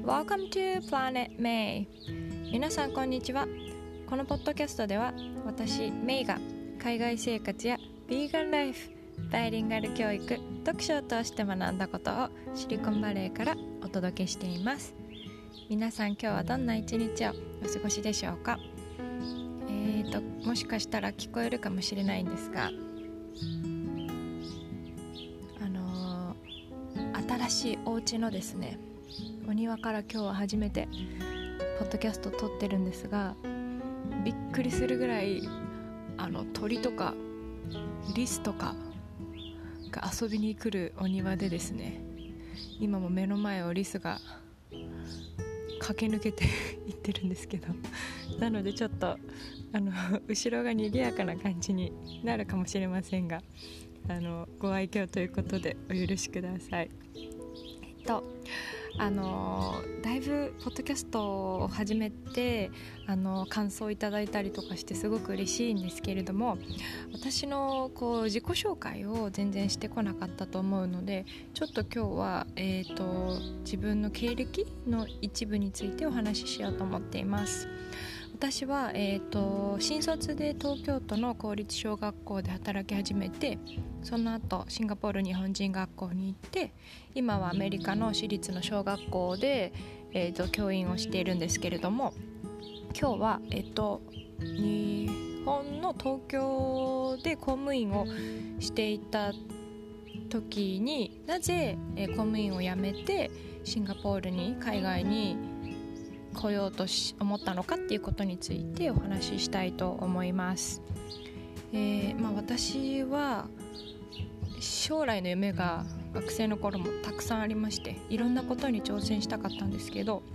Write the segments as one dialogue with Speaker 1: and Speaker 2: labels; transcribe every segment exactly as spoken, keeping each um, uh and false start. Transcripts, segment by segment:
Speaker 1: Welcome to Planet May。 皆さんこんにちは。このポッドキャストでは私メイが海外生活やビーガンライフ、バイリンガル教育、読書を通して学んだことをシリコンバレーからお届けしています。皆さん今日はどんな一日をお過ごしでしょうか。えーともしかしたら聞こえるかもしれないんですが、あのー、新しいお家のですねお庭から今日は初めてポッドキャストを撮ってるんですが、びっくりするぐらいあの鳥とかリスとかが遊びに来るお庭でですね、今も目の前をリスが駆け抜けていってるんですけど、なのでちょっとあの後ろが賑やかな感じになるかもしれませんが、あのご愛嬌ということでお許しください。えっとあのだいぶポッドキャストを始めてあの感想をいただいたりとかしてすごく嬉しいんですけれども、私のこう自己紹介を全然してこなかったと思うので、ちょっと今日は、えーと、自分の経歴の一部についてお話ししようと思っています。私は、えーと、新卒で東京都の公立小学校で働き始めて、その後シンガポール日本人学校に行って、今はアメリカの私立の小学校で、えーと、教員をしているんですけれども、今日は、えーと、日本の東京で公務員をしていた時になぜ、えー、公務員を辞めてシンガポールに海外に来ようとし思ったのかっていうことについてお話ししたいと思います。えーまあ、私は将来の夢が学生の頃もたくさんありまして、いろんなことに挑戦したかったんですけど、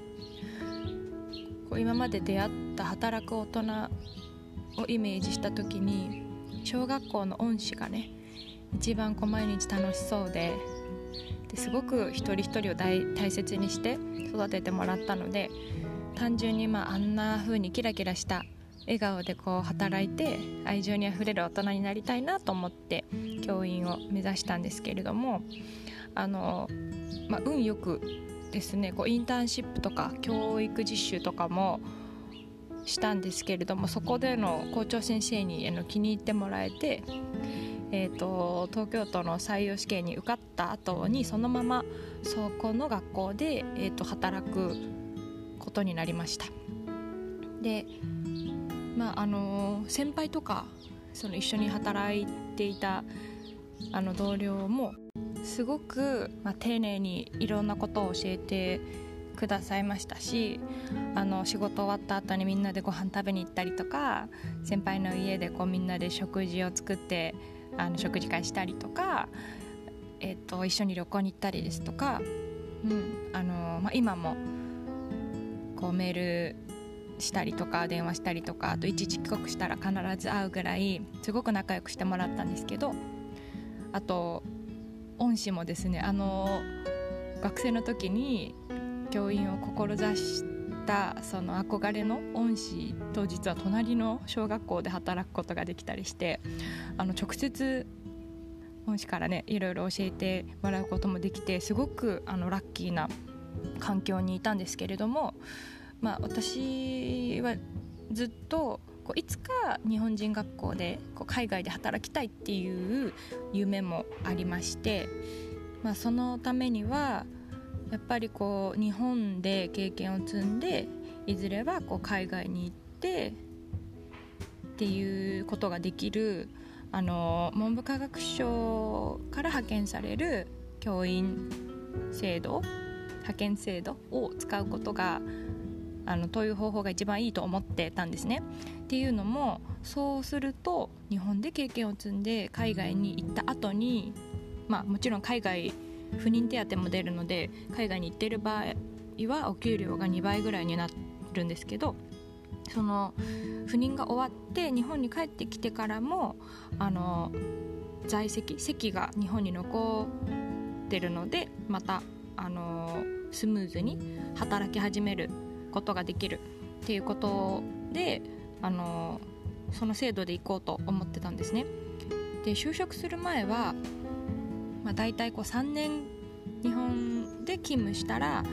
Speaker 1: こう今まで出会った働く大人をイメージした時に、小学校の恩師がね一番こう毎日楽しそうでですごく一人一人を 大, 大切にして育ててもらったので、単純に、まあ、あんな風にキラキラした笑顔でこう働いて愛情にあふれる大人になりたいなと思って教員を目指したんですけれども、あの、まあ、運よくですねこうインターンシップとか教育実習とかもしたんですけれども、そこでの校長先生にあの気に入ってもらえて、えーと、東京都の採用試験に受かった後にそのままそこの学校で、えーと、働くことになりました。で、まああの先輩とかその一緒に働いていたあの同僚もすごく、まあ、丁寧にいろんなことを教えてくださいましたし、あの仕事終わった後にみんなでご飯食べに行ったりとか、先輩の家でこうみんなで食事を作ってあの食事会したりとか、えーと、一緒に旅行に行ったりですとか、うんあのまあ、今もこうメールしたりとか電話したりとか、あと一時帰国したら必ず会うぐらいすごく仲良くしてもらったんですけど、あと恩師もですね、あの学生の時に教員を志したその憧れの恩師と実は隣の小学校で働くことができたりして、あの直接恩師からねいろいろ教えてもらうこともできて、すごくあのラッキーな環境にいたんですけれども、まあ、私はずっとこういつか日本人学校でこう海外で働きたいっていう夢もありまして、まあ、そのためにはやっぱりこう日本で経験を積んで、いずれはこう海外に行ってっていうことができる、あの文部科学省から派遣される教員制度派遣制度を使うことがあのという方法が一番いいと思ってたんですね。っていうのも、そうすると日本で経験を積んで海外に行った後に、まあもちろん海外不妊手当も出るので、海外に行っている場合はお給料がにばいぐらいになるんですけど、その不妊が終わって日本に帰ってきてからもあの在籍籍が日本に残ってるので、またあのスムーズに働き始めることができるっていうことで、あのその制度で行こうと思ってたんですね。で、就職する前は、まあ、大体こうさんねん日本で勤務したら、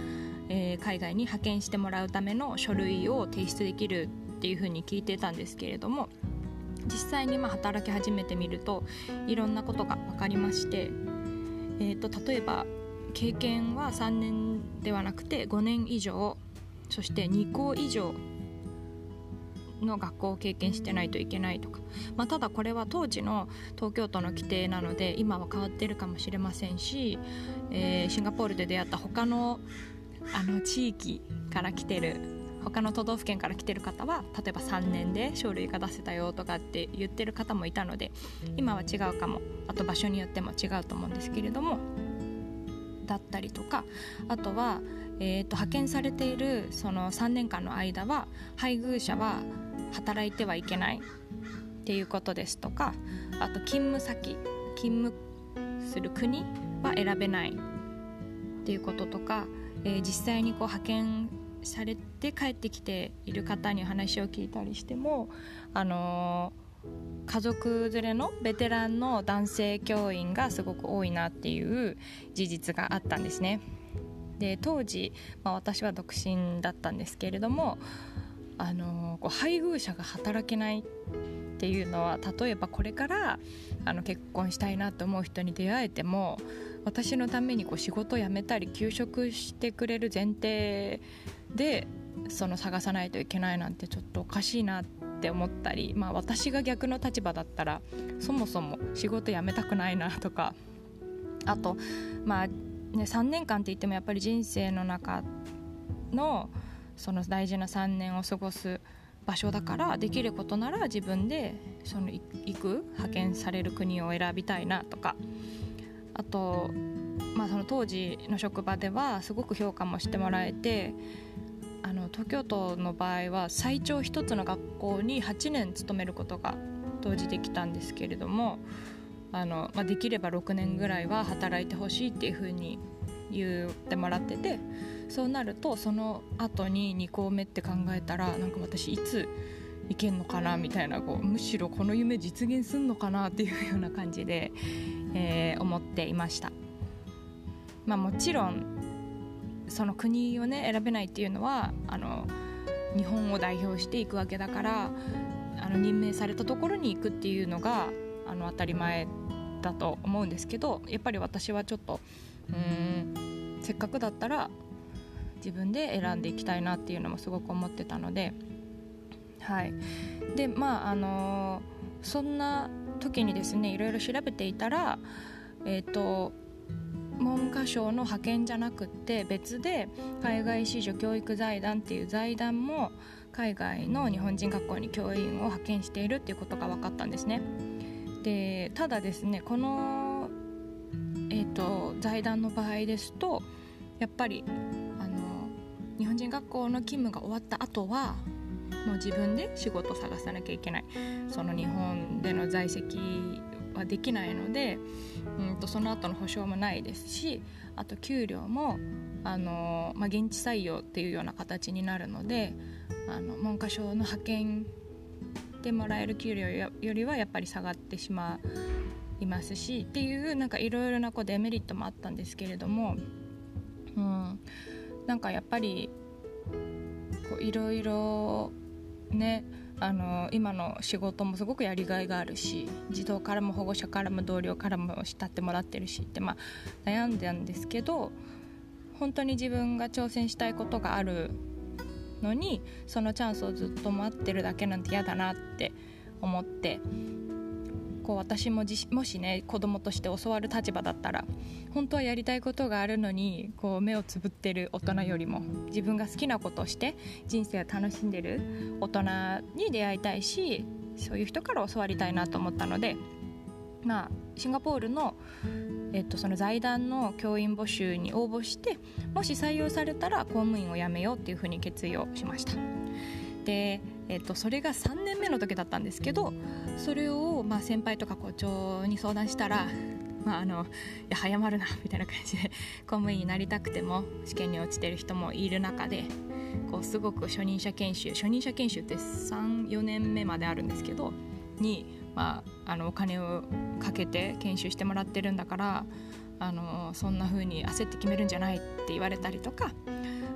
Speaker 1: えー、海外に派遣してもらうための書類を提出できるっていうふうに聞いてたんですけれども、実際にまあ働き始めてみるといろんなことが分かりまして、えー、と例えば経験はさんねんではなくてごねん以上、そしてに校以上の学校を経験してないといけないとか、まあ、ただこれは当時の東京都の規定なので今は変わってるかもしれませんし、えー、シンガポールで出会った他の、あの地域から来てる他の都道府県から来てる方は例えばさんねんで書類が出せたよとかって言ってる方もいたので、今は違うかも、あと場所によっても違うと思うんですけれども、だったりとか、あとは、えー、と派遣されているそのさんねんかんの間は配偶者は働いてはいけないっていうことですとか、あと勤務先勤務する国は選べないっていうこととか、えー、実際にこう派遣されて帰ってきている方に話を聞いたりしても、あのー、家族連れのベテランの男性教員がすごく多いなっていう事実があったんですね。で当時、まあ、私は独身だったんですけれども、あのー、こう配偶者が働けないっていうのは、例えばこれからあの結婚したいなと思う人に出会えても、私のためにこう仕事を辞めたり休職してくれる前提でその探さないといけないなんてちょっとおかしいなって思ったり、まあ、私が逆の立場だったらそもそも仕事辞めたくないなとか、あと、まあね、さんねんかんって言ってもやっぱり人生の中のその大事なさんねんを過ごす場所だから、できることなら自分でその行く派遣される国を選びたいなとか、あと、まあ、その当時の職場ではすごく評価もしてもらえて、あの東京都の場合は最長一つの学校にはちねん勤めることが当時できたんですけれども、あの、まあ、できればろくねんぐらいは働いてほしいっていうふうに言ってもらってて、そうなるとその後にに校目って考えたら、なんか私いつ行けんのかなみたいな、こうむしろこの夢実現すんのかなっていうような感じで、えー、思っていました。まあ、もちろんその国をね選べないっていうのは、あの日本を代表していくわけだから、あの任命されたところに行くっていうのがあの当たり前だと思うんですけど、やっぱり私はちょっとうーんせっかくだったら自分で選んでいきたいなっていうのもすごく思ってたので、はい。でまああのそんな時にですね、いろいろ調べていたら、えっと文科省の派遣じゃなくって別で海外子女教育財団っていう財団も海外の日本人学校に教員を派遣しているっていうことが分かったんですね。でただですね、この、えーと、財団の場合ですと、やっぱりあの日本人学校の勤務が終わった後はもう自分で仕事を探さなきゃいけない、その日本での在籍はできないので、うんとその後の保証もないですし、あと給料もあの、まあ、現地採用っていうような形になるので、あの文科省の派遣でもらえる給料よりはやっぱり下がってしまいますしっていう、なんかいろいろなこうデメリットもあったんですけれども、うん、なんかやっぱりいろいろね、あの今の仕事もすごくやりがいがあるし、児童からも保護者からも同僚からも慕ってもらってるしって、まあ、悩んだんですけど、本当に自分が挑戦したいことがあるのにそのチャンスをずっと待ってるだけなんて嫌だなって思って、こう私もじもしね子供として教わる立場だったら、本当はやりたいことがあるのにこう目をつぶってる大人よりも自分が好きなことをして人生を楽しんでる大人に出会いたいし、そういう人から教わりたいなと思ったので、まあ、シンガポールの、えっと、その財団の教員募集に応募して、もし採用されたら公務員を辞めようっていうふうに決意をしました。で、えっと、それがさんねんめの時だったんですけど、それを、まあ、先輩とか校長に相談したら、まあ、あのいや早まるなみたいな感じで、公務員になりたくても試験に落ちてる人もいる中で、こうすごく初任者研修初任者研修ってさん、よねんめまであるんですけどに、まあ、あのお金をかけて研修してもらってるんだから、あのそんな風に焦って決めるんじゃないって言われたりとか、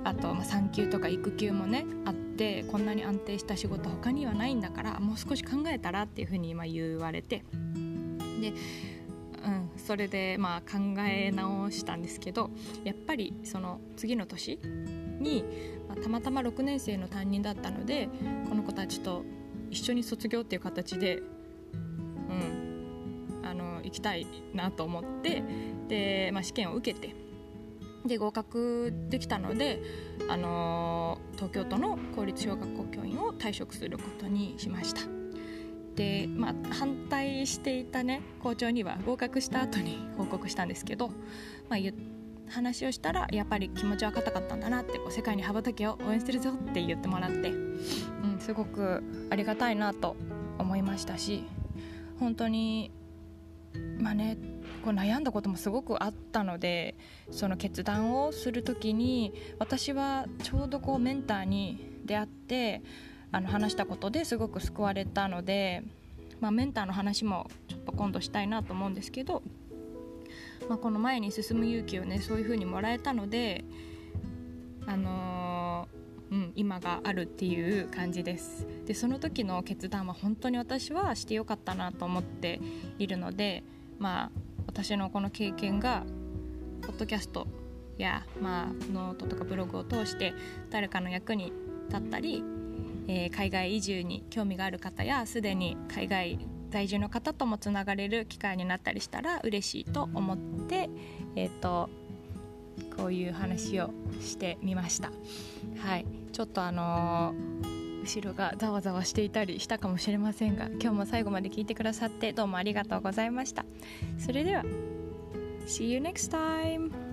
Speaker 1: あと、まあ、産休とか育休もねあって、こんなに安定した仕事他にはないんだからもう少し考えたらっていうふうに今言われて、で、うん、それでまあ考え直したんですけど、やっぱりその次の年に、まあ、たまたまろくねん生の担任だったので、この子たちと一緒に卒業っていう形で、うん、あの行きたいなと思って、で、まあ、試験を受けて、で合格できたので、あのー、東京都の公立小学校教員を退職することにしました。で、まあ、反対していたね校長には合格した後に報告したんですけど、まあ、話をしたらやっぱり気持ちは固かったんだなって、こう世界に羽ばたけを応援してるぞって言ってもらって、うん、すごくありがたいなと思いましたし、本当にまあね、こう悩んだこともすごくあったので、その決断をするときに私はちょうどこうメンターに出会ってあの話したことですごく救われたので、まあ、メンターの話もちょっと今度したいなと思うんですけど、まあ、この前に進む勇気をねそういう風にもらえたので、あのーうん、今があるっていう感じです。でその時の決断は本当に私はしてよかったなと思っているので、まあ、私のこの経験がポッドキャストや、まあ、ノートとかブログを通して誰かの役に立ったり、えー、海外移住に興味がある方やすでに海外在住の方ともつながれる機会になったりしたら嬉しいと思って、えーと、こういう話をしてみました。はい、ちょっとあのー後ろがざわざわしていたりしたかもしれませんが、今日も最後まで聞いてくださってどうもありがとうございました。それでは See you next time!